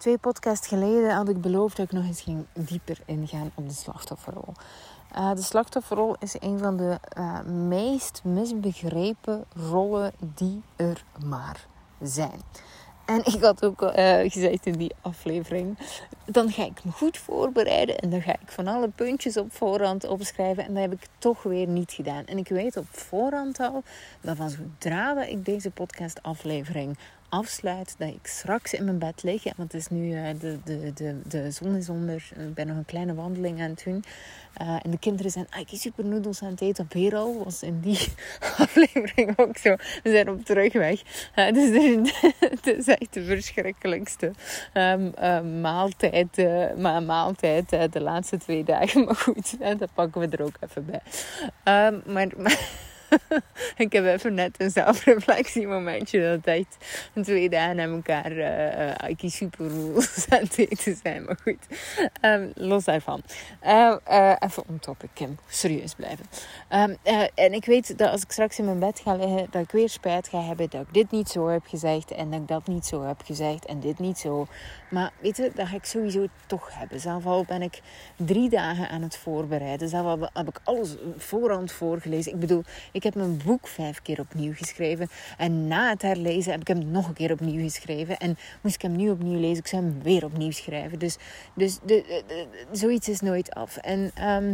2 podcasts geleden had ik beloofd dat ik nog eens ging dieper ingaan op de slachtofferrol. De slachtofferrol is een van de meest misbegrepen rollen die er maar zijn. En ik had ook gezegd in die aflevering, dan ga ik me goed voorbereiden en dan ga ik van alle puntjes op voorhand opschrijven. En dat heb ik toch weer niet gedaan. En ik weet op voorhand al dat van zodra dat ik deze podcastaflevering afsluit, dat ik straks in mijn bed lig. Want het is nu, de zon is onder. Ik ben nog een kleine wandeling aan het doen. En de kinderen zijn supernoedels aan het eten. Weer al was in die aflevering ook zo. We zijn op terugweg. Dus het is echt de verschrikkelijkste maaltijd de laatste 2 dagen. Maar goed, dat pakken we er ook even bij. Maar ik heb even net een zelfreflectiemomentje dat echt 2 dagen aan elkaar supernoedels aan het eten zijn. Maar goed, los daarvan. Even on topic, Kim. Serieus blijven. En ik weet dat als ik straks in mijn bed ga liggen, dat ik weer spijt ga hebben dat ik dit niet zo heb gezegd en dat ik dat niet zo heb gezegd en dit niet zo. Maar weet je, dat ga ik sowieso toch hebben. Zelf al ben ik 3 dagen aan het voorbereiden. Zelf al heb ik alles voorhand voorgelezen. Ik bedoel, ik heb mijn boek 5 keer opnieuw geschreven. En na het herlezen heb ik hem nog een keer opnieuw geschreven. En moest ik hem nu opnieuw lezen, ik zou hem weer opnieuw schrijven. Dus zoiets is nooit af. En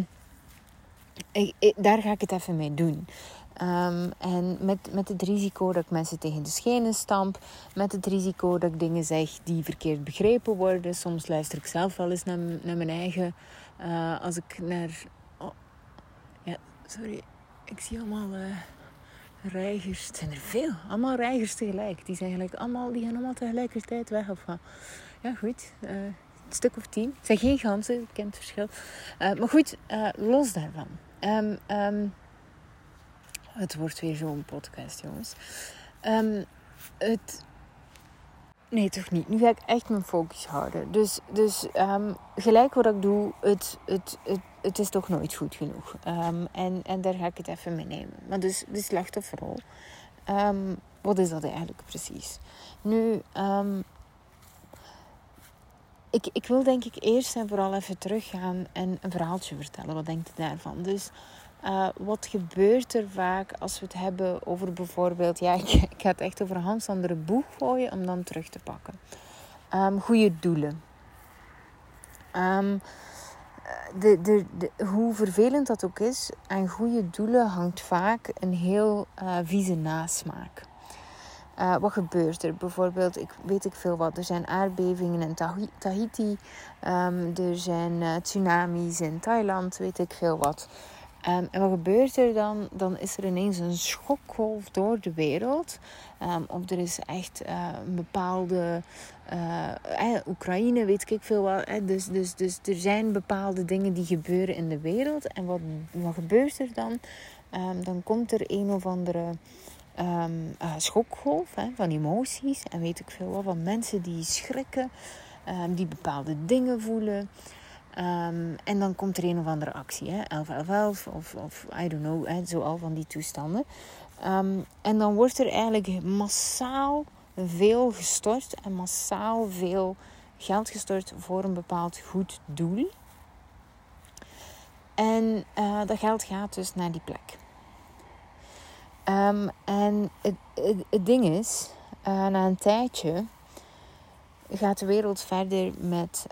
daar ga ik het even mee doen. En met het risico dat ik mensen tegen de schenen stamp. Met het risico dat ik dingen zeg die verkeerd begrepen worden. Soms luister ik zelf wel eens naar mijn eigen. Als ik naar... sorry. Ik zie allemaal reigers. Het zijn er veel. Allemaal reigers tegelijk. Die gaan allemaal tegelijkertijd weg. Of wat. Ja, goed. Een stuk of 10. Het zijn geen ganzen. Ik ken het verschil. Maar goed, los daarvan. Het wordt weer zo'n podcast, jongens. Nee, toch niet. Nu ga ik echt mijn focus houden. Dus gelijk wat ik doe, het is toch nooit goed genoeg. En daar ga ik het even mee nemen. Maar dus de slachtofferrol. Wat is dat eigenlijk precies? Nu, ik wil denk ik eerst en vooral even teruggaan en een verhaaltje vertellen. Wat denkt u daarvan? Dus wat gebeurt er vaak als we het hebben over bijvoorbeeld... Ja, ik ga het echt over Hans andere boeg gooien om dan terug te pakken. Goede doelen. Hoe vervelend dat ook is, aan goede doelen hangt vaak een heel vieze nasmaak. Wat gebeurt er? Bijvoorbeeld, weet ik veel wat. Er zijn aardbevingen in Tahiti. Er zijn tsunamis in Thailand. Weet ik veel wat. En wat gebeurt er dan? Dan is er ineens een schokgolf door de wereld. Of er is echt een bepaalde... Oekraïne, weet ik veel wat. Dus er zijn bepaalde dingen die gebeuren in de wereld. En wat gebeurt er dan? Dan komt er een of andere... schokgolf van emoties en weet ik veel wat, van mensen die schrikken, die bepaalde dingen voelen. En dan komt er een of andere actie, 1111 of I don't know, zo al van die toestanden. En dan wordt er eigenlijk massaal veel gestort en massaal veel geld gestort voor een bepaald goed doel. En dat geld gaat dus naar die plek. En het ding is, na een tijdje gaat de wereld verder met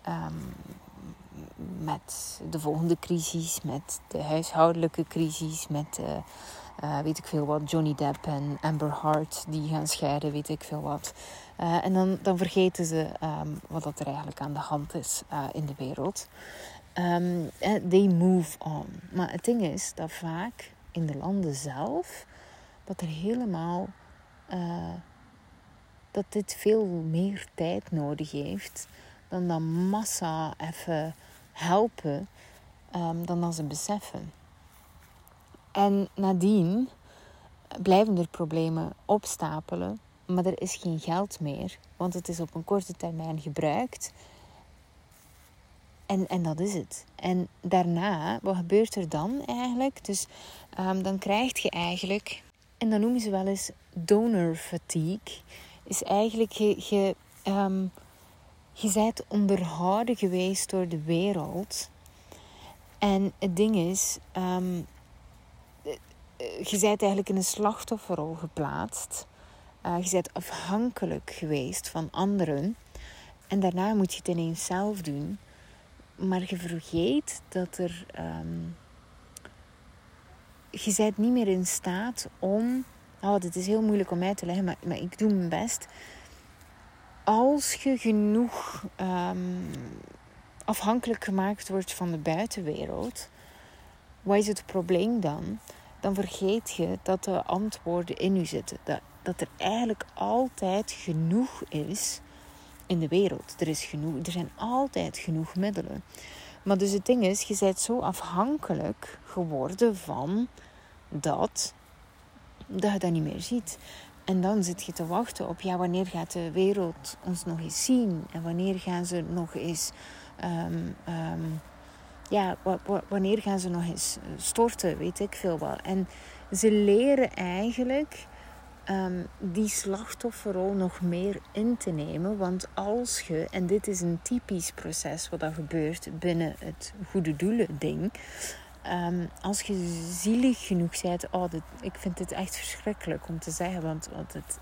de volgende crisis, met de huishoudelijke crisis, met weet ik veel wat, Johnny Depp en Amber Heard die gaan scheiden, weet ik veel wat. En dan vergeten ze wat er eigenlijk aan de hand is in de wereld. They move on. Maar het ding is dat vaak in de landen zelf... dat er helemaal... dat dit veel meer tijd nodig heeft... dan dat massa even helpen... dan dat ze beseffen. En nadien blijven er problemen opstapelen... maar er is geen geld meer... want het is op een korte termijn gebruikt... En dat is het. En daarna, wat gebeurt er dan eigenlijk? Dus dan krijg je eigenlijk... En dat noemen ze wel eens donor fatigue. Is eigenlijk, je Je bent onderhouden geweest door de wereld. En het ding is, je bent eigenlijk in een slachtofferrol geplaatst. Je bent afhankelijk geweest van anderen. En daarna moet je het ineens zelf doen. Maar je vergeet dat er... je bent niet meer in staat om... dit is heel moeilijk om mij te leggen, maar ik doe mijn best. Als je genoeg afhankelijk gemaakt wordt van de buitenwereld... Wat is het probleem dan? Dan vergeet je dat de antwoorden in je zitten. Dat er eigenlijk altijd genoeg is in de wereld. Er zijn altijd genoeg middelen. Maar dus het ding is, je bent zo afhankelijk geworden van dat je dat niet meer ziet. En dan zit je te wachten op, wanneer gaat de wereld ons nog eens zien? En wanneer gaan ze nog eens... wanneer gaan ze nog eens storten, weet ik veel wel. En ze leren eigenlijk die slachtofferrol nog meer in te nemen. Want als je, en dit is een typisch proces wat dat gebeurt binnen het goede doelen ding. Als je zielig genoeg bent, ik vind dit echt verschrikkelijk om te zeggen, want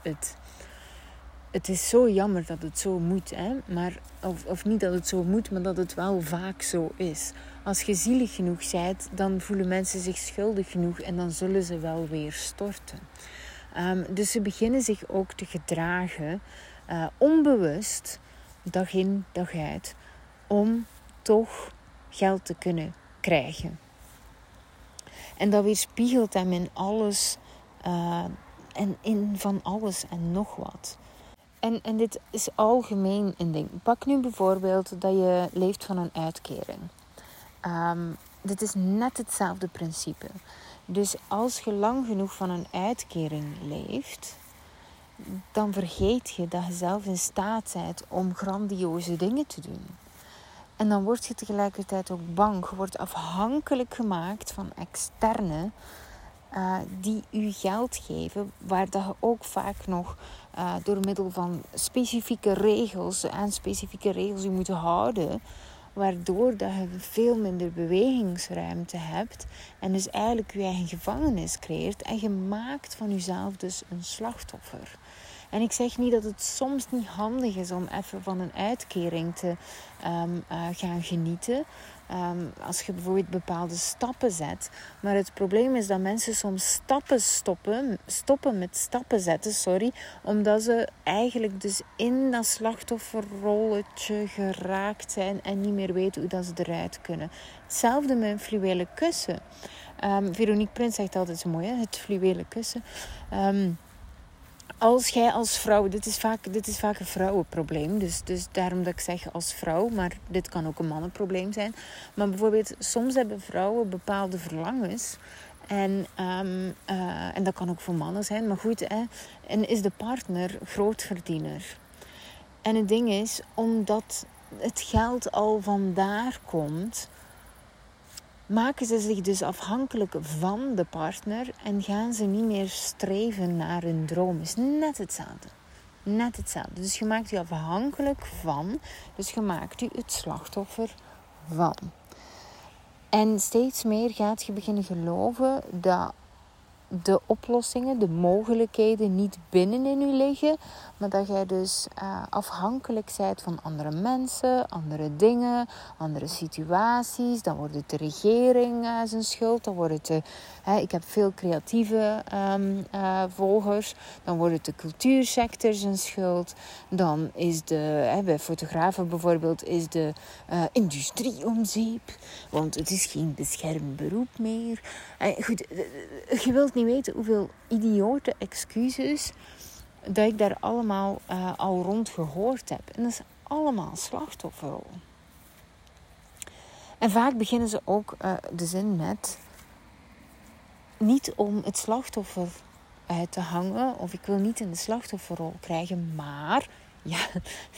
het is zo jammer dat het zo moet, hè? Maar, of niet dat het zo moet, maar dat het wel vaak zo is. Als je zielig genoeg bent, dan voelen mensen zich schuldig genoeg en dan zullen ze wel weer storten. Dus ze beginnen zich ook te gedragen, onbewust, dag in, dag uit, om toch geld te kunnen krijgen. En dat weerspiegelt hem in alles en in van alles en nog wat. En dit is algemeen een ding. Pak nu bijvoorbeeld dat je leeft van een uitkering. Dit is net hetzelfde principe. Dus als je lang genoeg van een uitkering leeft, dan vergeet je dat je zelf in staat bent om grandioze dingen te doen. En dan word je tegelijkertijd ook bang. Je wordt afhankelijk gemaakt van externe die u geld geven, waar dat je ook vaak nog door middel van specifieke regels u moet houden, waardoor dat je veel minder bewegingsruimte hebt en dus eigenlijk je eigen gevangenis creëert en je maakt van jezelf dus een slachtoffer. En ik zeg niet dat het soms niet handig is om even van een uitkering te gaan genieten. Als je bijvoorbeeld bepaalde stappen zet. Maar het probleem is dat mensen soms stoppen met stappen zetten, omdat ze eigenlijk dus in dat slachtofferrolletje geraakt zijn en niet meer weten hoe dat ze eruit kunnen. Hetzelfde met een fluwelen kussen. Veronique Prins zegt altijd zo mooi, hè? Het fluwelen kussen. Als jij als vrouw, dit is vaak een vrouwenprobleem, dus daarom dat ik zeg als vrouw, maar dit kan ook een mannenprobleem zijn. Maar bijvoorbeeld, soms hebben vrouwen bepaalde verlangens en dat kan ook voor mannen zijn, maar goed, en is de partner grootverdiener. En het ding is, omdat het geld al vandaar komt, maken ze zich dus afhankelijk van de partner en gaan ze niet meer streven naar hun droom. Is net hetzelfde. Dus je maakt je afhankelijk van, dus je maakt je het slachtoffer van. En steeds meer gaat je beginnen geloven dat de oplossingen, de mogelijkheden niet binnenin je liggen, maar dat jij dus afhankelijk bent van andere mensen, andere dingen, andere situaties. Dan wordt het de regering zijn schuld, dan wordt het ik heb veel creatieve volgers, dan wordt het de cultuursector zijn schuld, dan is bij fotografen bijvoorbeeld is de industrie om zeep, want het is geen beschermd beroep meer. Goed, je wilt niet weten hoeveel idiote excuses dat ik daar allemaal al rond gehoord heb. En dat is allemaal slachtofferrol. En vaak beginnen ze ook de zin met niet om het slachtoffer uit te hangen, of ik wil niet in de slachtofferrol krijgen, maar ja,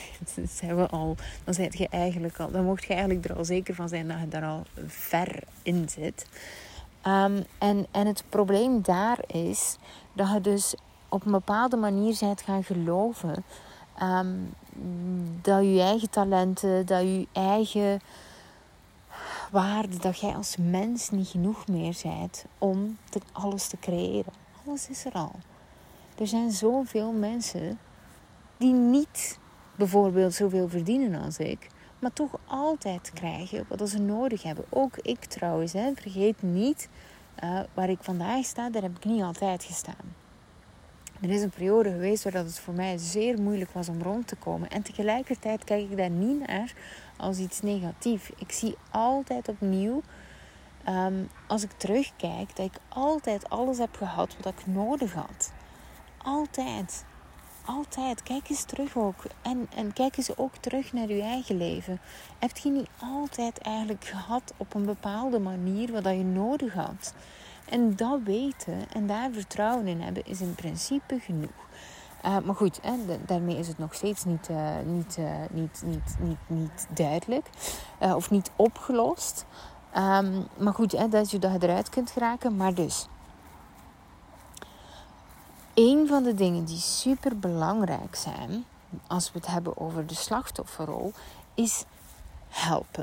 dan mocht je eigenlijk er al zeker van zijn dat je daar al ver in zit. En het probleem daar is dat je dus op een bepaalde manier bent gaan geloven Dat je eigen talenten, dat je eigen waarde, dat jij als mens niet genoeg meer bent om alles te creëren. Alles is er al. Er zijn zoveel mensen die niet bijvoorbeeld zoveel verdienen als ik, maar toch altijd krijgen wat ze nodig hebben. Ook ik trouwens. Vergeet niet, waar ik vandaag sta, daar heb ik niet altijd gestaan. Er is een periode geweest waar het voor mij zeer moeilijk was om rond te komen. En tegelijkertijd kijk ik daar niet naar als iets negatiefs. Ik zie altijd opnieuw, als ik terugkijk, dat ik altijd alles heb gehad wat ik nodig had. Altijd. Altijd. Kijk eens terug ook. En kijk eens ook terug naar je eigen leven. Heb je niet altijd eigenlijk gehad op een bepaalde manier wat je nodig had? En dat weten en daar vertrouwen in hebben is in principe genoeg. Maar goed, daarmee is het nog steeds niet duidelijk. Of niet opgelost. Maar goed, dat je eruit kunt geraken. Maar dus, een van de dingen die super belangrijk zijn, als we het hebben over de slachtofferrol, is helpen.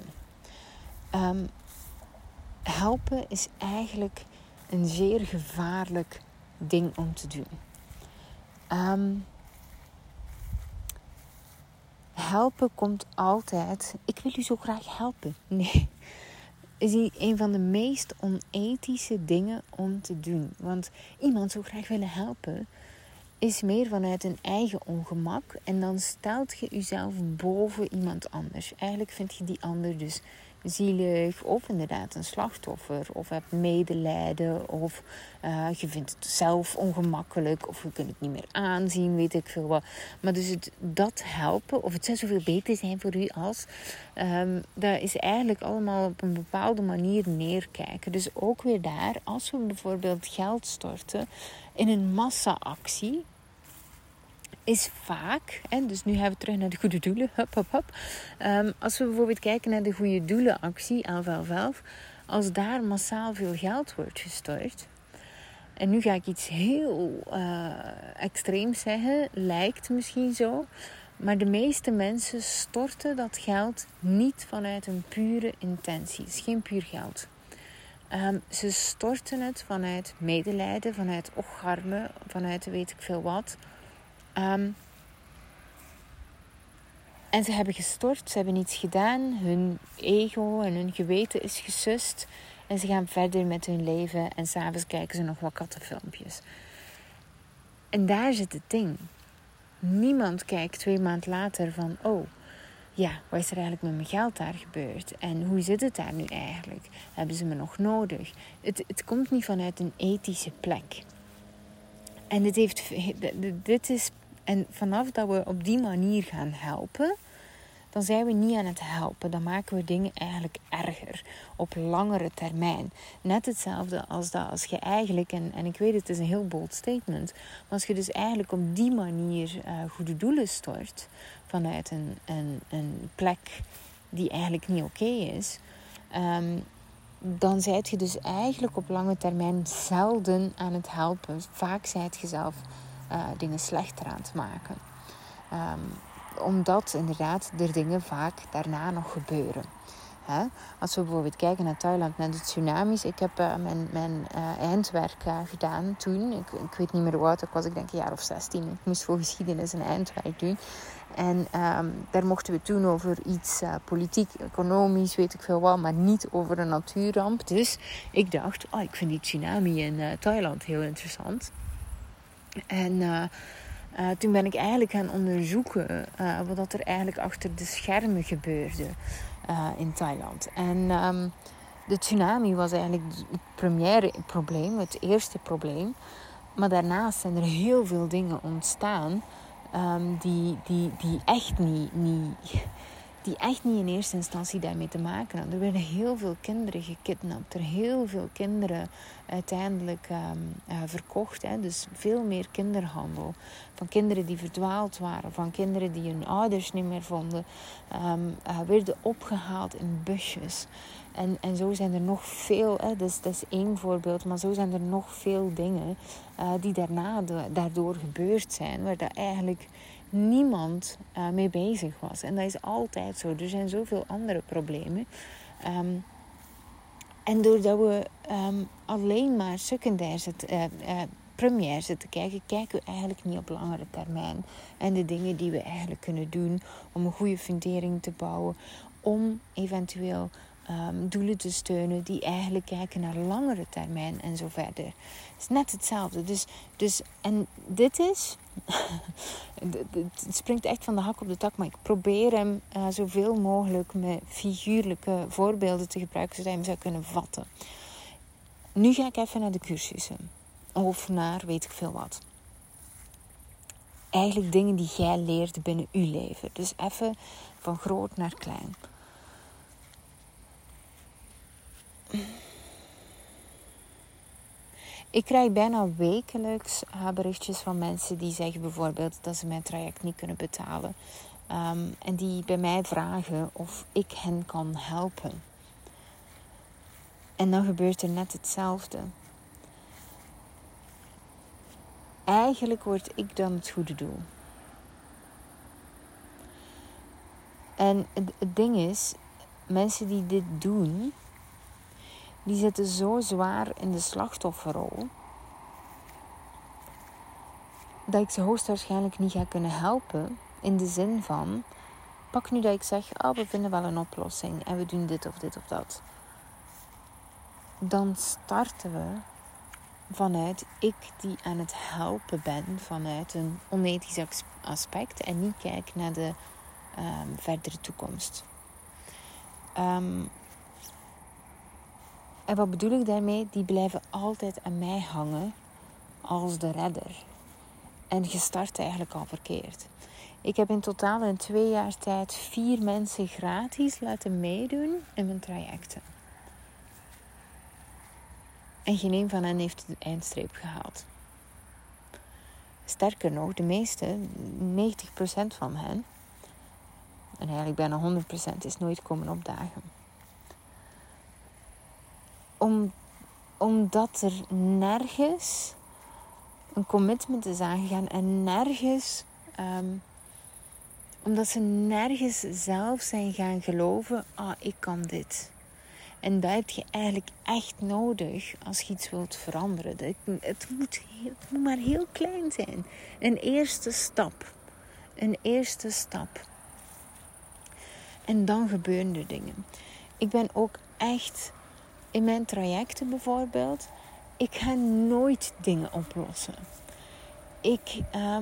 Helpen is eigenlijk een zeer gevaarlijk ding om te doen. Helpen komt altijd, ik wil u zo graag helpen. Nee, is een van de meest onethische dingen om te doen. Want iemand zo graag willen helpen is meer vanuit een eigen ongemak. En dan stelt je jezelf boven iemand anders. Eigenlijk vind je die ander dus zielig of inderdaad een slachtoffer. Of hebt medelijden of je vindt het zelf ongemakkelijk. Of je kunt het niet meer aanzien, weet ik veel wat. Maar dus dat helpen, of het zou zoveel beter zijn voor u als... dat is eigenlijk allemaal op een bepaalde manier neerkijken. Dus ook weer daar, als we bijvoorbeeld geld storten in een massa-actie, is vaak, dus nu gaan we terug naar de goede doelen, als we bijvoorbeeld kijken naar de goede doelenactie, 1111, als daar massaal veel geld wordt gestort, en nu ga ik iets heel extreems zeggen, lijkt misschien zo, maar de meeste mensen storten dat geld niet vanuit een pure intentie. Het is geen puur geld. Ze storten het vanuit medelijden, vanuit ocharme, vanuit weet ik veel wat. En ze hebben gestort, ze hebben iets gedaan, hun ego en hun geweten is gesust. En ze gaan verder met hun leven en 's avonds kijken ze nog wat kattenfilmpjes. En daar zit het ding. Niemand kijkt 2 maanden later van, oh, ja, wat is er eigenlijk met mijn geld daar gebeurd? En hoe zit het daar nu eigenlijk? Hebben ze me nog nodig? Het komt niet vanuit een ethische plek. En dit is... En vanaf dat we op die manier gaan helpen, dan zijn we niet aan het helpen. Dan maken we dingen eigenlijk erger. Op langere termijn. Net hetzelfde als je eigenlijk, en ik weet het is een heel bold statement, maar als je dus eigenlijk op die manier goede doelen stort, vanuit een plek die eigenlijk niet oké is, dan zijt je dus eigenlijk op lange termijn zelden aan het helpen. Vaak zijt je zelf dingen slechter aan het maken. Omdat inderdaad er dingen vaak daarna nog gebeuren. Als we bijvoorbeeld kijken naar Thailand, naar de tsunamis. Ik heb mijn eindwerk gedaan toen. Ik weet niet meer hoe oud ik was. Ik denk een jaar of 16. Ik moest voor geschiedenis een eindwerk doen. En daar mochten we toen over iets politiek, economisch, weet ik veel wat. Maar niet over een natuurramp. Dus ik dacht, ik vind die tsunami in Thailand heel interessant. En toen ben ik eigenlijk gaan onderzoeken wat er eigenlijk achter de schermen gebeurde in Thailand. En de tsunami was eigenlijk het première probleem, het eerste probleem. Maar daarnaast zijn er heel veel dingen ontstaan die echt niet in eerste instantie daarmee te maken hadden. Er werden heel veel kinderen gekidnapt. Er heel veel kinderen uiteindelijk verkocht. Dus veel meer kinderhandel. Van kinderen die verdwaald waren. Van kinderen die hun ouders niet meer vonden. Werden opgehaald in busjes. En zo zijn er nog veel. Dus dat is één voorbeeld. Maar zo zijn er nog veel dingen die daardoor gebeurd zijn. Waar dat eigenlijk niemand mee bezig was. En dat is altijd zo. Er zijn zoveel andere problemen. En doordat we alleen maar secundair primair zitten kijken, kijken we eigenlijk niet op langere termijn. En de dingen die we eigenlijk kunnen doen om een goede fundering te bouwen, om eventueel doelen te steunen die eigenlijk kijken naar langere termijn en zo verder. Het is net hetzelfde. Dus en dit is... het springt echt van de hak op de tak, maar ik probeer hem zoveel mogelijk met figuurlijke voorbeelden te gebruiken, zodat je hem zou kunnen vatten. Nu ga ik even naar de cursussen. Of naar weet ik veel wat. Eigenlijk dingen die jij leert binnen je leven. Dus even van groot naar klein. Ik krijg bijna wekelijks berichtjes van mensen die zeggen bijvoorbeeld dat ze mijn traject niet kunnen betalen. En die bij mij vragen of ik hen kan helpen. En dan gebeurt er net hetzelfde. Eigenlijk word ik dan het goede doel. En het ding is, mensen die dit doen, die zitten zo zwaar in de slachtofferrol, dat ik ze hoogstwaarschijnlijk niet ga kunnen helpen. In de zin van, pak nu dat ik zeg, we vinden wel een oplossing en we doen dit of dat. Dan starten we vanuit ik die aan het helpen ben, vanuit een onethisch aspect en niet kijk naar de verdere toekomst. En wat bedoel ik daarmee? Die blijven altijd aan mij hangen als de redder. En je start eigenlijk al verkeerd. Ik heb in totaal in 2 jaar tijd 4 mensen gratis laten meedoen in mijn trajecten. En geen een van hen heeft de eindstreep gehaald. Sterker nog, de meeste, 90% van hen, en eigenlijk bijna 100%, is nooit komen opdagen. Omdat er nergens een commitment is aangegaan en nergens, omdat ze nergens zelf zijn gaan geloven, ik kan dit. En dat heb je eigenlijk echt nodig als je iets wilt veranderen. Het moet maar heel klein zijn. Een eerste stap. En dan gebeuren er dingen. Ik ben ook echt in mijn trajecten bijvoorbeeld. Ik ga nooit dingen oplossen. Ik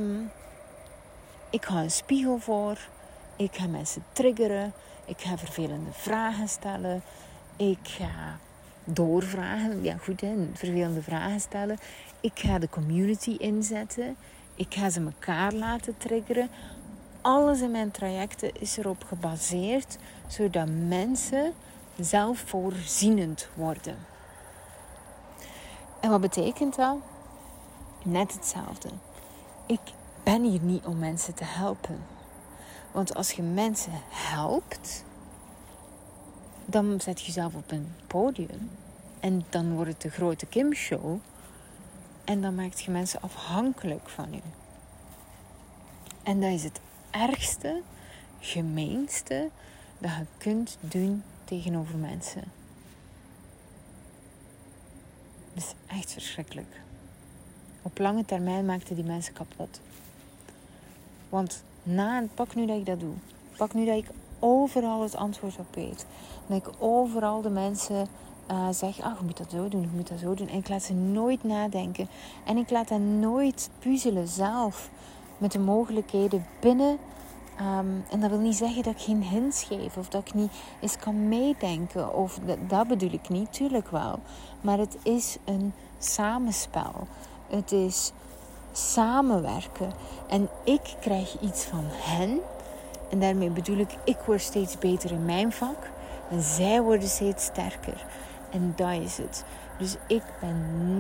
ga een spiegel voor. Ik ga mensen triggeren. Ik ga vervelende vragen stellen. Ik ga doorvragen. Ja goed, vervelende vragen stellen. Ik ga de community inzetten. Ik ga ze elkaar laten triggeren. Alles in mijn trajecten is erop gebaseerd, zodat mensen zelfvoorzienend worden. En wat betekent dat? Net hetzelfde. Ik ben hier niet om mensen te helpen. Want als je mensen helpt, dan zet je jezelf op een podium. En dan wordt het de grote Kim-show. En dan maak je mensen afhankelijk van je. En dat is het ergste, gemeenste dat je kunt doen tegenover mensen. Dat is echt verschrikkelijk. Op lange termijn maakte die mensen kapot. Want pak nu dat ik dat doe. Pak nu dat ik overal het antwoord op weet. Dat ik overal de mensen zeg, je moet dat zo doen, je moet dat zo doen. En ik laat ze nooit nadenken. En ik laat hen nooit puzzelen zelf met de mogelijkheden binnen. En dat wil niet zeggen dat ik geen hints geef. Of dat ik niet eens kan meedenken. Of dat bedoel ik niet, tuurlijk wel. Maar het is een samenspel. Het is samenwerken. En ik krijg iets van hen. En daarmee bedoel ik word steeds beter in mijn vak. En zij worden steeds sterker. En dat is het. Dus ik ben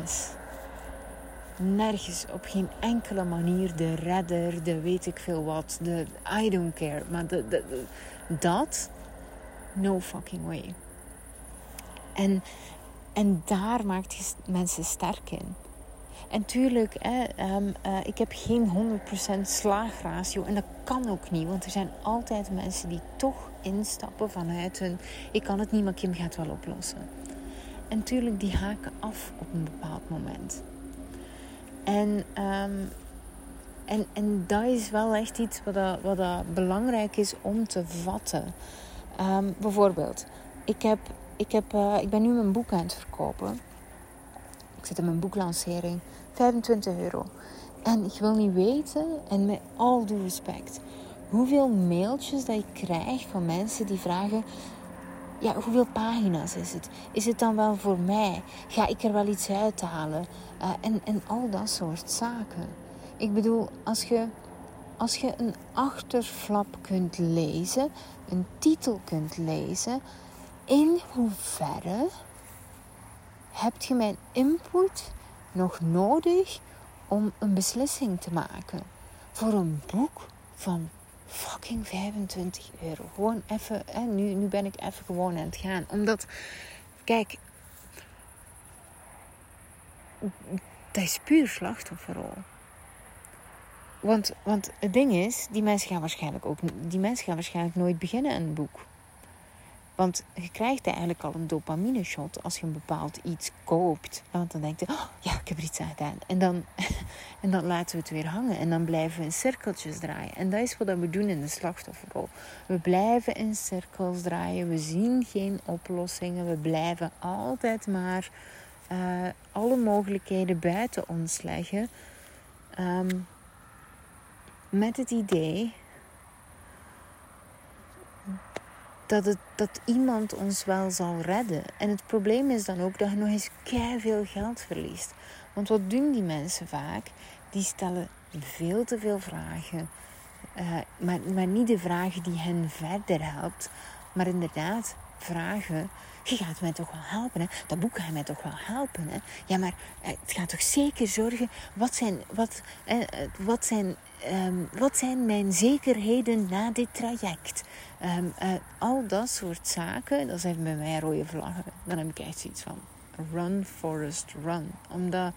nergens, op geen enkele manier de redder, de weet ik veel wat, de I don't care. Maar dat, no fucking way. En daar maakt je mensen sterk in. En tuurlijk, ik heb geen 100% slaagratio. En dat kan ook niet. Want er zijn altijd mensen die toch instappen vanuit hun... Ik kan het niet, maar Kim gaat wel oplossen. En tuurlijk, die haken af op een bepaald moment. En dat is wel echt iets wat belangrijk is om te vatten. Bijvoorbeeld, ik ben nu mijn boek aan het verkopen. Ik zit in mijn boeklancering. €25. En ik wil niet weten, en met al due respect, hoeveel mailtjes dat ik krijg van mensen die vragen... Ja, hoeveel pagina's is het? Is het dan wel voor mij? Ga ik er wel iets uithalen? En al dat soort zaken. Ik bedoel, als je een achterflap kunt lezen, een titel kunt lezen, in hoeverre heb je mijn input nog nodig om een beslissing te maken voor een boek van fucking €25? Gewoon even, nu ben ik even gewoon aan het gaan. Omdat, kijk, dat is puur slachtofferrol. Want het ding is, die mensen gaan waarschijnlijk nooit beginnen aan een boek. Want je krijgt eigenlijk al een dopamine shot als je een bepaald iets koopt. Want dan denk je, oh, ja, ik heb er iets aan gedaan. En dan laten we het weer hangen. En dan blijven we in cirkeltjes draaien. En dat is wat we doen in de slachtofferrol. We blijven in cirkels draaien. We zien geen oplossingen. We blijven altijd maar alle mogelijkheden buiten ons leggen. Met het idee dat iemand ons wel zal redden. En het probleem is dan ook dat je nog eens keiveel geld verliest. Want wat doen die mensen vaak? Die stellen veel te veel vragen. Maar niet de vragen die hen verder helpt. Maar inderdaad vragen... Je gaat mij toch wel helpen, hè? Dat boek gaat mij toch wel helpen, hè? Ja, maar het gaat toch zeker zorgen... Wat zijn mijn zekerheden na dit traject? Al dat soort zaken, dat zijn bij mij rode vlaggen. Dan heb ik echt zoiets van... Run, Forrest, run. Omdat...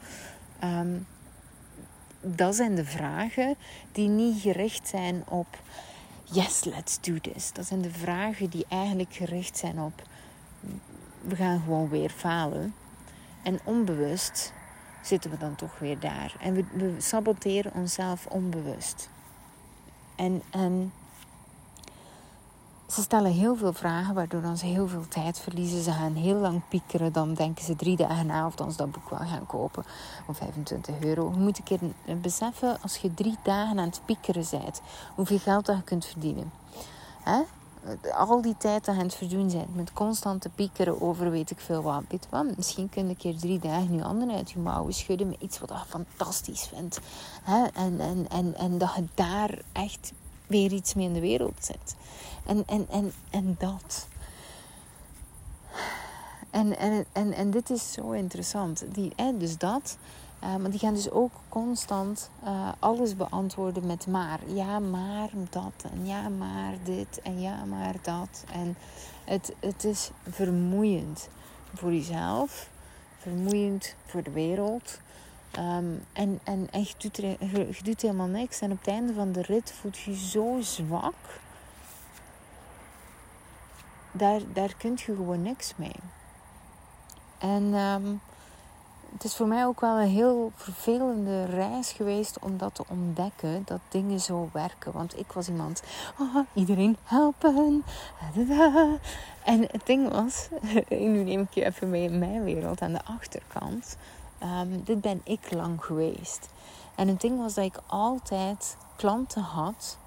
dat zijn de vragen die niet gericht zijn op... Yes, let's do this. Dat zijn de vragen die eigenlijk gericht zijn op... We gaan gewoon weer falen. En onbewust zitten we dan toch weer daar. En we saboteren onszelf onbewust. En ze stellen heel veel vragen, waardoor ze heel veel tijd verliezen. Ze gaan heel lang piekeren. Dan denken ze 3 dagen na of dan ze dat boek wel gaan kopen. Om €25. Je moet een keer beseffen, als je 3 dagen aan het piekeren bent, hoeveel geld dat je kunt verdienen. Hè? Al die tijd dat je aan het verdoen bent, met constant te piekeren over weet ik veel wat. Weet je wat? Misschien kun je een keer 3 dagen je handen uit je mouwen schudden met iets wat je fantastisch vindt. Hè? En dat je daar echt weer iets mee in de wereld zet. En dat. En dit is zo interessant. Dus dat. Maar die gaan dus ook constant alles beantwoorden met maar. Ja, maar dat. En ja, maar dit. En ja, maar dat. En het is vermoeiend voor jezelf. Vermoeiend voor de wereld. En je doet helemaal niks. En op het einde van de rit voelt je zo zwak. Daar kun je gewoon niks mee. En het is voor mij ook wel een heel vervelende reis geweest om dat te ontdekken, dat dingen zo werken. Want ik was iemand, iedereen helpen. En het ding was, nu neem ik je even mee in mijn wereld aan de achterkant. Dit ben ik lang geweest. En het ding was dat ik altijd klanten had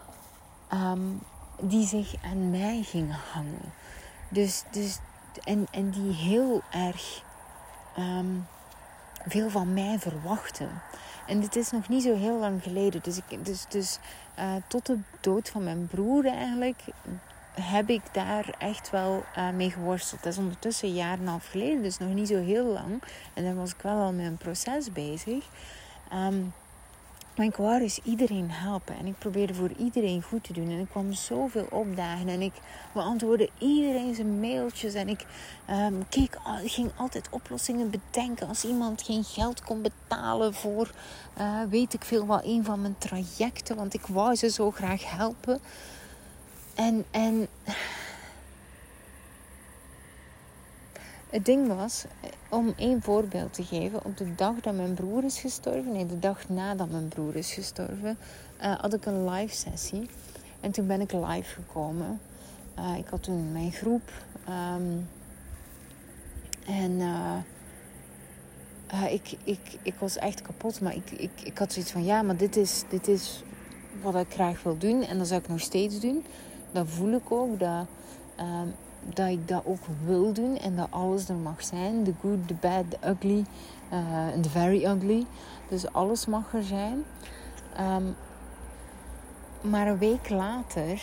die zich aan mij gingen hangen. En die heel erg veel van mij verwachten. En dit is nog niet zo heel lang geleden. Dus tot de dood van mijn broer eigenlijk heb ik daar echt wel mee geworsteld. Dat is ondertussen een jaar en een half geleden, dus nog niet zo heel lang. En dan was ik wel al met een proces bezig. Maar ik wou dus iedereen helpen. En ik probeerde voor iedereen goed te doen. En ik kwam zoveel opdagen. En ik beantwoordde iedereen zijn mailtjes. En ik ging altijd oplossingen bedenken. Als iemand geen geld kon betalen voor, weet ik veel wel, een van mijn trajecten. Want ik wou ze zo graag helpen. En het ding was, om één voorbeeld te geven, op de dag dat mijn broer is gestorven, de dag nadat mijn broer is gestorven, had ik een live sessie. En toen ben ik live gekomen. Ik had toen mijn groep. Ik was echt kapot. Maar ik had zoiets van, ja, maar dit is wat ik graag wil doen. En dat zou ik nog steeds doen. Dat voel ik ook, dat ik dat ook wil doen en dat alles er mag zijn. The good, the bad, the ugly en the very ugly. Dus alles mag er zijn. Maar een week later...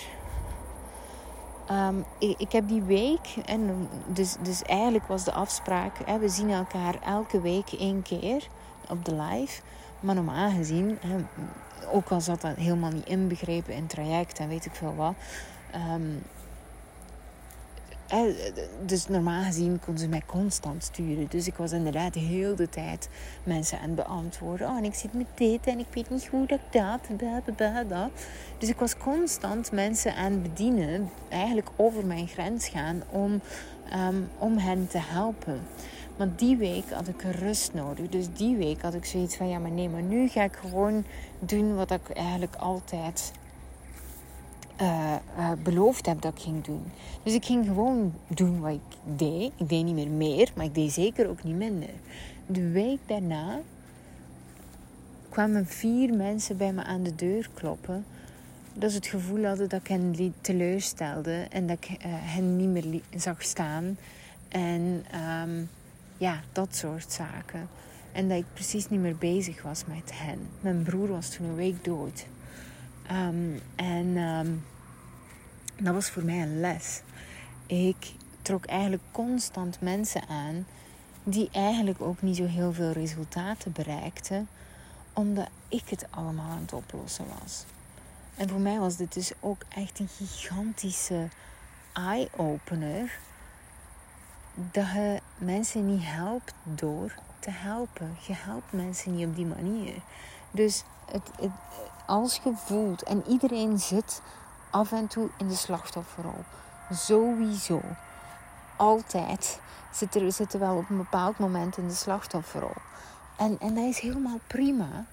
ik heb die week... En dus eigenlijk was de afspraak... we zien elkaar elke week 1 keer op de live. Maar normaal gezien... ook al zat dat helemaal niet inbegrepen in het traject en weet ik veel wat... dus normaal gezien kon ze mij constant sturen. Dus ik was inderdaad heel de tijd mensen aan het beantwoorden. Oh, en ik zit met dit en ik weet niet hoe dat. Dus ik was constant mensen aan het bedienen. Eigenlijk over mijn grens gaan om hen te helpen. Maar die week had ik rust nodig. Dus die week had ik zoiets van... Ja, maar nee, maar nu ga ik gewoon doen wat ik eigenlijk altijd... beloofd heb dat ik ging doen. Dus ik ging gewoon doen wat ik deed. Ik deed niet meer, maar ik deed zeker ook niet minder. De week daarna kwamen 4 mensen bij me aan de deur kloppen. Dat ze het gevoel hadden dat ik hen teleurstelde en dat ik hen niet meer zag staan. En dat soort zaken. En dat ik precies niet meer bezig was met hen. Mijn broer was toen een week dood. Dat was voor mij een les. Ik trok eigenlijk constant mensen aan die eigenlijk ook niet zo heel veel resultaten bereikten, omdat ik het allemaal aan het oplossen was. En voor mij was dit dus ook echt een gigantische eye-opener, dat je mensen niet helpt door te helpen. Je helpt mensen niet op die manier. Dus als je voelt, en iedereen zit af en toe in de slachtofferrol. Sowieso. Altijd zitten wel op een bepaald moment in de slachtofferrol. En dat is helemaal prima.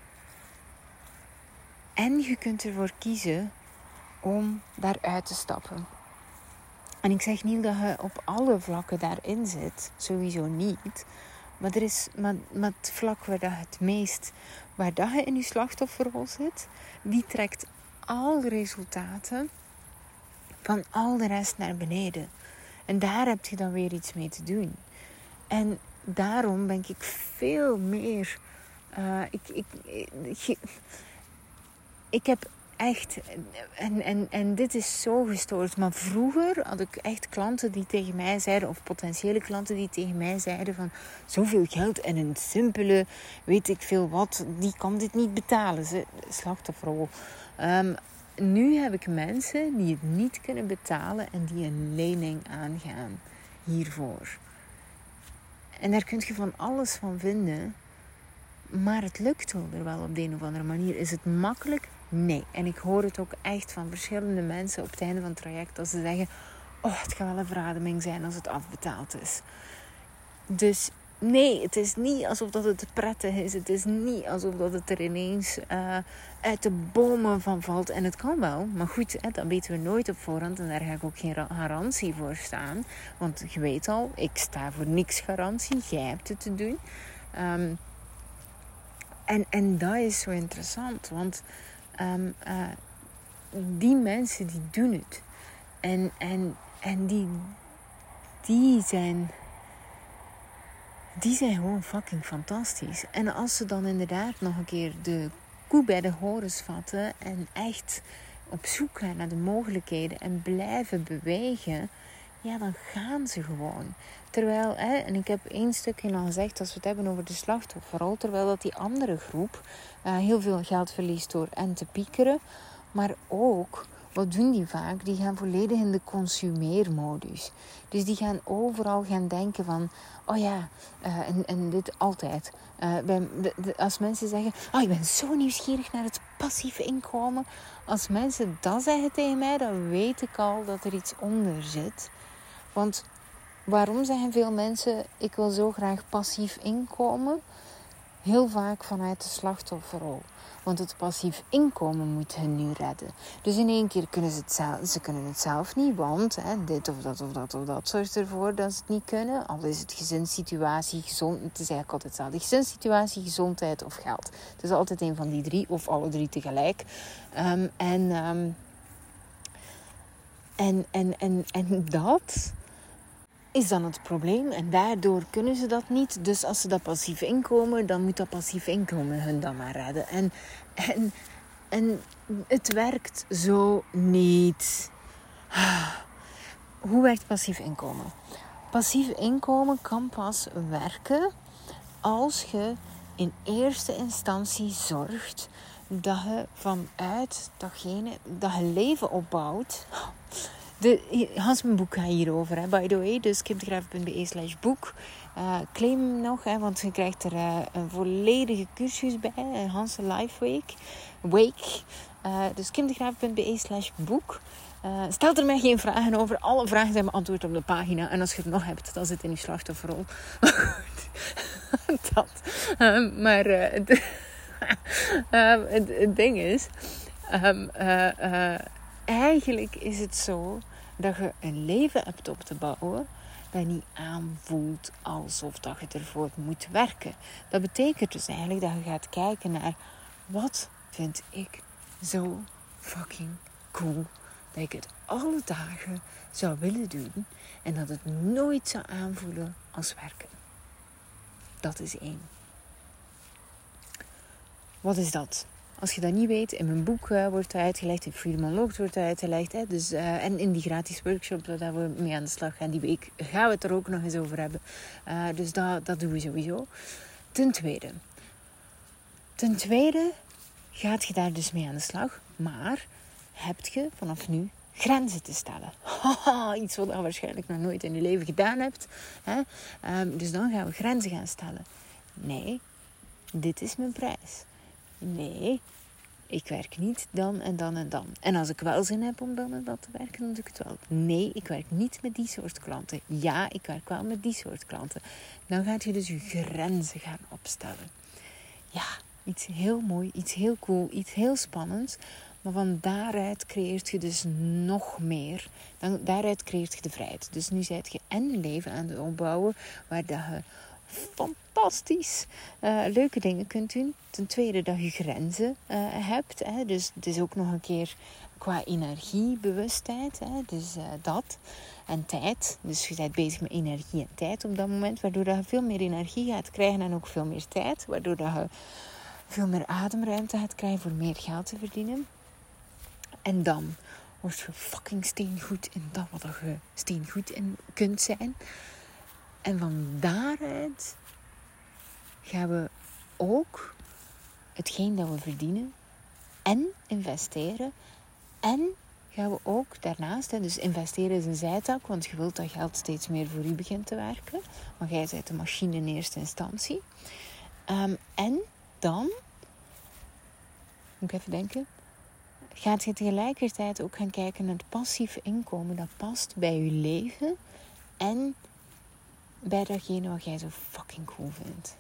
En je kunt ervoor kiezen om daaruit te stappen. En ik zeg niet dat je op alle vlakken daarin zit. Sowieso niet. Maar het vlak waar dat het meest... Waar dat je in je slachtofferrol zit... Die trekt al de resultaten van al de rest naar beneden. En daar heb je dan weer iets mee te doen. En daarom ben ik veel meer... Ik heb echt... En dit is zo gestoord. Maar vroeger had ik echt klanten die tegen mij zeiden... Of potentiële klanten die tegen mij zeiden van... Zoveel geld en een simpele, weet ik veel wat... Die kan dit niet betalen. Slachtofferrol. Nu heb ik mensen die het niet kunnen betalen... En die een lening aangaan hiervoor. En daar kun je van alles van vinden... Maar het lukt er wel op de een of andere manier. Is het makkelijk? Nee. En ik hoor het ook echt van verschillende mensen op het einde van het traject. Dat ze zeggen, het gaat wel een verademing zijn als het afbetaald is. Dus nee, het is niet alsof dat het prettig is. Het is niet alsof dat het er ineens uit de bomen van valt. En het kan wel. Maar goed, dat weten we nooit op voorhand. En daar ga ik ook geen garantie voor staan. Want je weet al, ik sta voor niks garantie. Jij hebt het te doen. En dat is zo interessant, want die mensen die doen het. En die zijn gewoon fucking fantastisch. En als ze dan inderdaad nog een keer de koe bij de horens vatten en echt op zoek gaan naar de mogelijkheden en blijven bewegen, ja, dan gaan ze gewoon. Terwijl, en ik heb 1 stukje al gezegd, als we het hebben over de slachtofferrol, terwijl dat die andere groep heel veel geld verliest door en te piekeren, maar ook, wat doen die vaak? Die gaan volledig in de consumeermodus. Dus die gaan overal gaan denken van, oh ja, en dit altijd. Als mensen zeggen, oh, ik ben zo nieuwsgierig naar het passieve inkomen. Als mensen dat zeggen tegen mij, dan weet ik al dat er iets onder zit. Want waarom zeggen veel mensen, ik wil zo graag passief inkomen? Heel vaak vanuit de slachtofferrol. Want het passief inkomen moet hen nu redden. Dus in 1 keer kunnen ze kunnen het zelf niet. Want dit of dat zorgt ervoor dat ze het niet kunnen. Al is het gezinssituatie, gezond. Het is eigenlijk altijd hetzelfde. Gezinssituatie, gezondheid of geld. Het is altijd een van die 3 of alle 3 tegelijk. En dat is dan het probleem. En daardoor kunnen ze dat niet. Dus als ze dat passief inkomen, dan moet dat passief inkomen hun dan maar redden. En het werkt zo niet. Hoe werkt passief inkomen? Passief inkomen kan pas werken als je in eerste instantie zorgt dat je vanuit datgene dat je leven opbouwt. Hans mijn boek gaat hierover, by the way. Dus kimdegraaf.be/boek. Claim hem nog, want je krijgt er een volledige cursus bij. Hans Life Week. Dus kimdegraaf.be/boek. Stel er mij geen vragen over. Alle vragen zijn beantwoord op de pagina. En als je het nog hebt, dan zit het in je slachtofferrol. Dat. Maar het ding is... eigenlijk is het zo dat je een leven hebt op te bouwen dat niet aanvoelt alsof dat je ervoor moet werken. Dat betekent dus eigenlijk dat je gaat kijken naar wat vind ik zo fucking cool dat ik het alle dagen zou willen doen en dat het nooit zou aanvoelen als werken. Dat is 1. Wat is dat? Als je dat niet weet, in mijn boek wordt dat uitgelegd, in Freedom Unlocked wordt dat uitgelegd. Dus, en in die gratis workshop dat we mee aan de slag gaan, die week gaan we het er ook nog eens over hebben. Dus dat doen we sowieso. Ten tweede gaat je daar dus mee aan de slag, maar heb je vanaf nu grenzen te stellen. Iets wat je waarschijnlijk nog nooit in je leven gedaan hebt. Dus dan gaan we grenzen gaan stellen. Nee, dit is mijn prijs. Nee, ik werk niet dan en dan en dan. En als ik wel zin heb om dan en dat te werken, dan doe ik het wel. Nee, ik werk niet met die soort klanten. Ja, ik werk wel met die soort klanten. Dan gaat je dus je grenzen gaan opstellen. Ja, iets heel mooi, iets heel cool, iets heel spannends. Maar van daaruit creëert je dus nog meer. Daaruit creëert je de vrijheid. Dus nu zijt je en een leven aan het opbouwen waar dat je fantastisch leuke dingen kunt doen. Ten tweede dat je grenzen hebt. Dus het is ook nog een keer qua energiebewustheid. Dus dat. En tijd. Dus je bent bezig met energie en tijd op dat moment. Waardoor dat je veel meer energie gaat krijgen en ook veel meer tijd. Waardoor dat je veel meer ademruimte gaat krijgen voor meer geld te verdienen. En dan word je fucking steengoed in dat wat je steengoed in kunt zijn. En van daaruit gaan we ook hetgeen dat we verdienen en investeren. En gaan we ook daarnaast, dus investeren is een zijtak, want je wilt dat geld steeds meer voor u begint te werken. Maar jij bent de machine in eerste instantie. En dan, moet ik even denken, gaat je tegelijkertijd ook gaan kijken naar het passieve inkomen dat past bij je leven en bij datgene wat jij zo fucking cool vindt.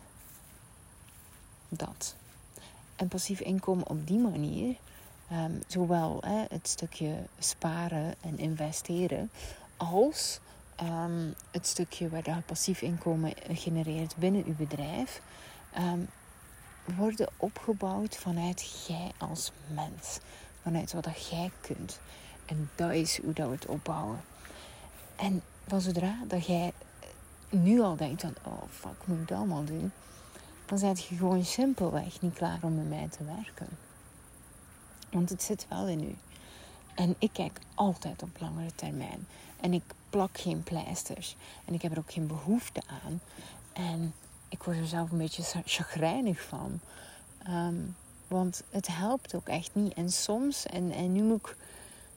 Dat. En passief inkomen op die manier, zowel het stukje sparen en investeren, als het stukje waar je passief inkomen genereert binnen je bedrijf, worden opgebouwd vanuit jij als mens. Vanuit wat dat jij kunt. En dat is hoe dat we het opbouwen. En van zodra dat jij nu al denkt van, oh fuck, moet ik dat allemaal doen? Dan ben je gewoon simpelweg niet klaar om met mij te werken. Want het zit wel in u. En ik kijk altijd op langere termijn. En ik plak geen pleisters. En ik heb er ook geen behoefte aan. En ik word er zelf een beetje chagrijnig van. Want het helpt ook echt niet. En soms, en nu moet ik...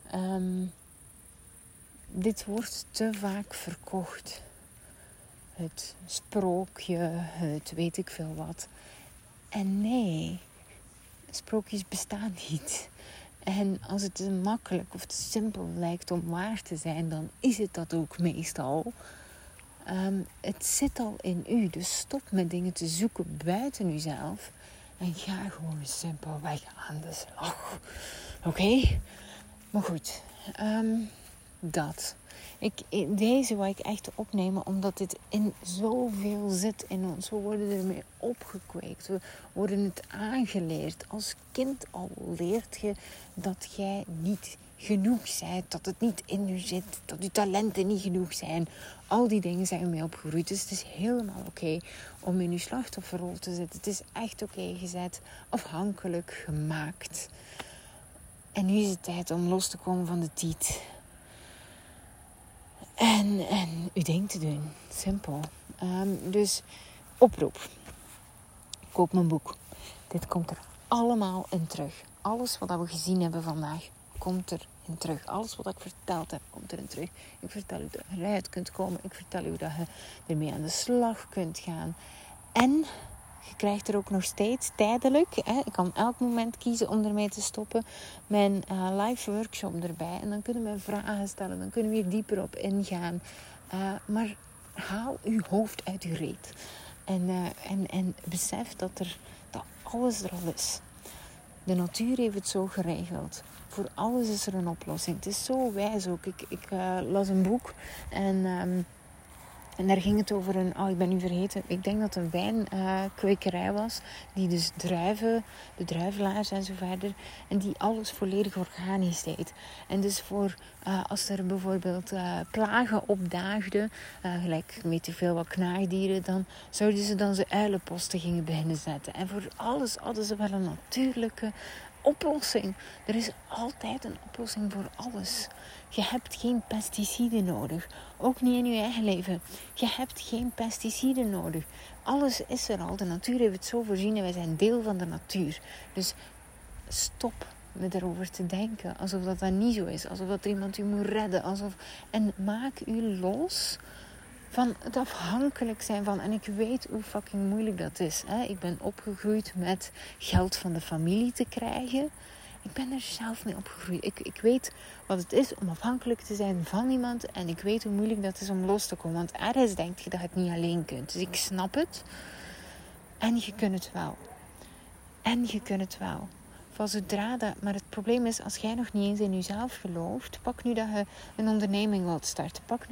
dit wordt te vaak verkocht. Het sprookje, het weet ik veel wat. En nee, sprookjes bestaan niet. En als het te makkelijk of te simpel lijkt om waar te zijn, dan is het dat ook meestal. Het zit al in u, dus stop met dingen te zoeken buiten uzelf. En ga gewoon simpelweg aan de slag. Oké? Maar goed, dat. Deze wil ik echt opnemen, omdat dit in zoveel zit in ons. We worden ermee opgekweekt. We worden het aangeleerd. Als kind al leert je dat jij niet genoeg bent. Dat het niet in je zit. Dat je talenten niet genoeg zijn. Al die dingen zijn we mee opgegroeid. Dus het is helemaal oké om in je slachtofferrol te zitten. Het is echt oké gezet. Afhankelijk gemaakt. En nu is het tijd om los te komen van de tiet. En uw ding te doen. Simpel. Dus oproep. Koop mijn boek. Dit komt er allemaal in terug. Alles wat we gezien hebben vandaag komt erin terug. Alles wat ik verteld heb komt erin terug. Ik vertel u dat je eruit kunt komen. Ik vertel u dat je ermee aan de slag kunt gaan. En je krijgt er ook nog steeds tijdelijk. Ik kan elk moment kiezen om ermee te stoppen. Mijn live workshop erbij. En dan kunnen we vragen stellen. Dan kunnen we hier dieper op ingaan. Maar haal uw hoofd uit uw reet. En besef dat alles er al is. De natuur heeft het zo geregeld. Voor alles is er een oplossing. Het is zo wijs ook. Ik las een boek en daar ging het over ik ben nu vergeten. Ik denk dat het een wijnkwekerij was. Die dus de druivelaars en zo verder. En die alles volledig organisch deed. En dus als er bijvoorbeeld plagen opdaagden. Gelijk weet je veel wat knaagdieren. Dan zouden ze dan uilenposten gingen beginnen zetten. En voor alles hadden ze wel een natuurlijke oplossing. Er is altijd een oplossing voor alles. Je hebt geen pesticiden nodig. Ook niet in je eigen leven. Je hebt geen pesticiden nodig. Alles is er al. De natuur heeft het zo voorzien en wij zijn deel van de natuur. Dus stop met erover te denken. Alsof dat niet zo is. Alsof dat er iemand u moet redden. En maak u los van het afhankelijk zijn van... En ik weet hoe fucking moeilijk dat is. Hè? Ik ben opgegroeid met geld van de familie te krijgen. Ik ben er zelf mee opgegroeid. Ik weet wat het is om afhankelijk te zijn van iemand. En ik weet hoe moeilijk dat is om los te komen. Want ergens denk je dat je het niet alleen kunt. Dus ik snap het. En je kunt het wel. Maar het probleem is, als jij nog niet eens in jezelf gelooft... Pak nu dat je een onderneming wilt starten. Pak nu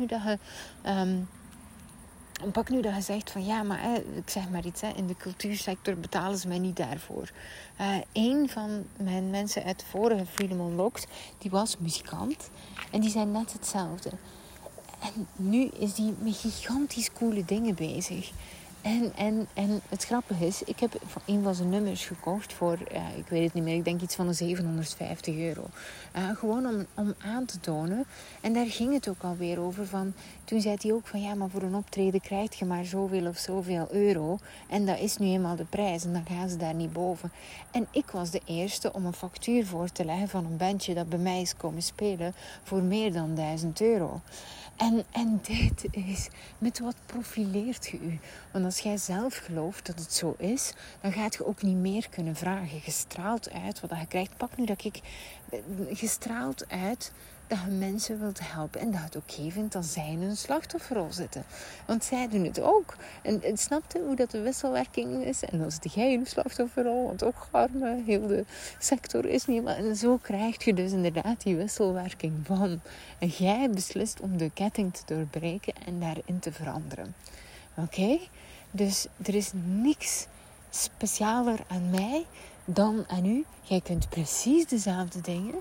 dat je zegt van ja, maar ik zeg maar iets, in de cultuursector betalen ze mij niet daarvoor. Een van mijn mensen uit de vorige Freedom Unlocked, die was muzikant en die zijn net hetzelfde. En nu is die met gigantisch coole dingen bezig. En het grappige is, ik heb een van zijn nummers gekocht voor, ik weet het niet meer, ik denk iets van €750. Gewoon om aan te tonen. En daar ging het ook alweer over. Toen zei hij ook van, ja, maar voor een optreden krijg je maar zoveel of zoveel euro. En dat is nu eenmaal de prijs en dan gaan ze daar niet boven. En ik was de eerste om een factuur voor te leggen van een bandje dat bij mij is komen spelen voor meer dan €1000. En dit is, met wat profileert je u? Want als jij zelf gelooft dat het zo is, dan gaat je ook niet meer kunnen vragen. Je straalt uit wat je krijgt. Pak nu je straalt uit dat je mensen wilt helpen en dat het oké vindt dat zij in een slachtofferrol zitten. Want zij doen het ook. En snap je hoe dat de wisselwerking is? En dan zit jij in een slachtofferrol, want ook arme, heel de sector is niet. En zo krijg je dus inderdaad die wisselwerking van. En jij beslist om de ketting te doorbreken en daarin te veranderen. Oké? Dus er is niks specialer aan mij dan aan u. Jij kunt precies dezelfde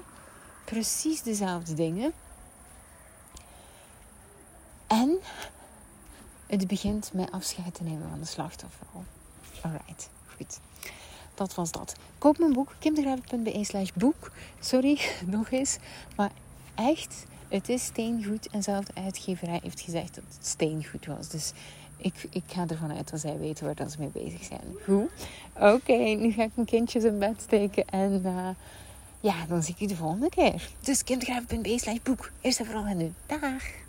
dingen. En het begint met afscheid te nemen van de slachtofferrol. Alright, goed. dat was dat. Koop mijn boek, kimdegraven.be/boek. Sorry, nog eens. Maar echt, het is steengoed. En zelfs de uitgeverij heeft gezegd dat het steengoed was. Dus ik ga ervan uit dat zij weten waar dat ze mee bezig zijn. Goed. Oké, nu ga ik mijn kindjes in bed steken. En dan zie ik je de volgende keer. Dus kimdegraven.be/boek. Eerst en vooral en nu. Dag.